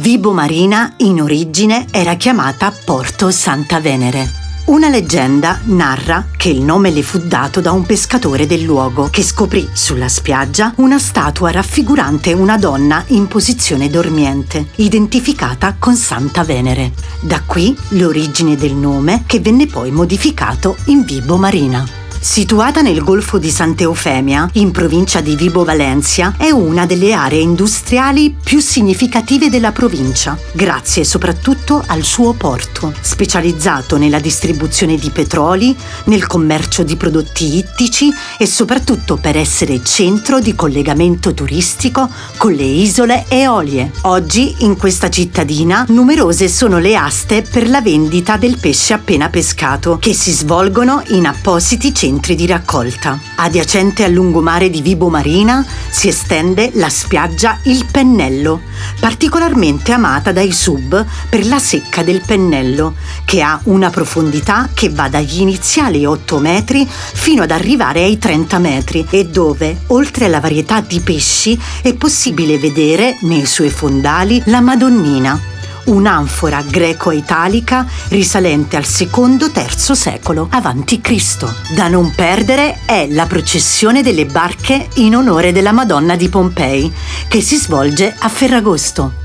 Vibo Marina in origine era chiamata Porto Santa Venere. Una leggenda narra che il nome le fu dato da un pescatore del luogo che scoprì sulla spiaggia una statua raffigurante una donna in posizione dormiente, identificata con Santa Venere. Da qui l'origine del nome, che venne poi modificato in Vibo Marina. Situata nel Golfo di Sant'Eufemia, in provincia di Vibo Valentia, è una delle aree industriali più significative della provincia, grazie soprattutto al suo porto, specializzato nella distribuzione di petroli, nel commercio di prodotti ittici e soprattutto per essere centro di collegamento turistico con le isole Eolie. Oggi, in questa cittadina, numerose sono le aste per la vendita del pesce appena pescato, che si svolgono in appositi centri di raccolta. Adiacente al lungomare di Vibo Marina si estende la spiaggia Il Pennello, particolarmente amata dai sub per la secca del pennello, che ha una profondità che va dagli iniziali 8 metri fino ad arrivare ai 30 metri e dove, oltre alla varietà di pesci, è possibile vedere nei suoi fondali la Madonnina, un'anfora greco-italica risalente al secondo-terzo secolo a.C. Da non perdere è la processione delle barche in onore della Madonna di Pompei, che si svolge a Ferragosto.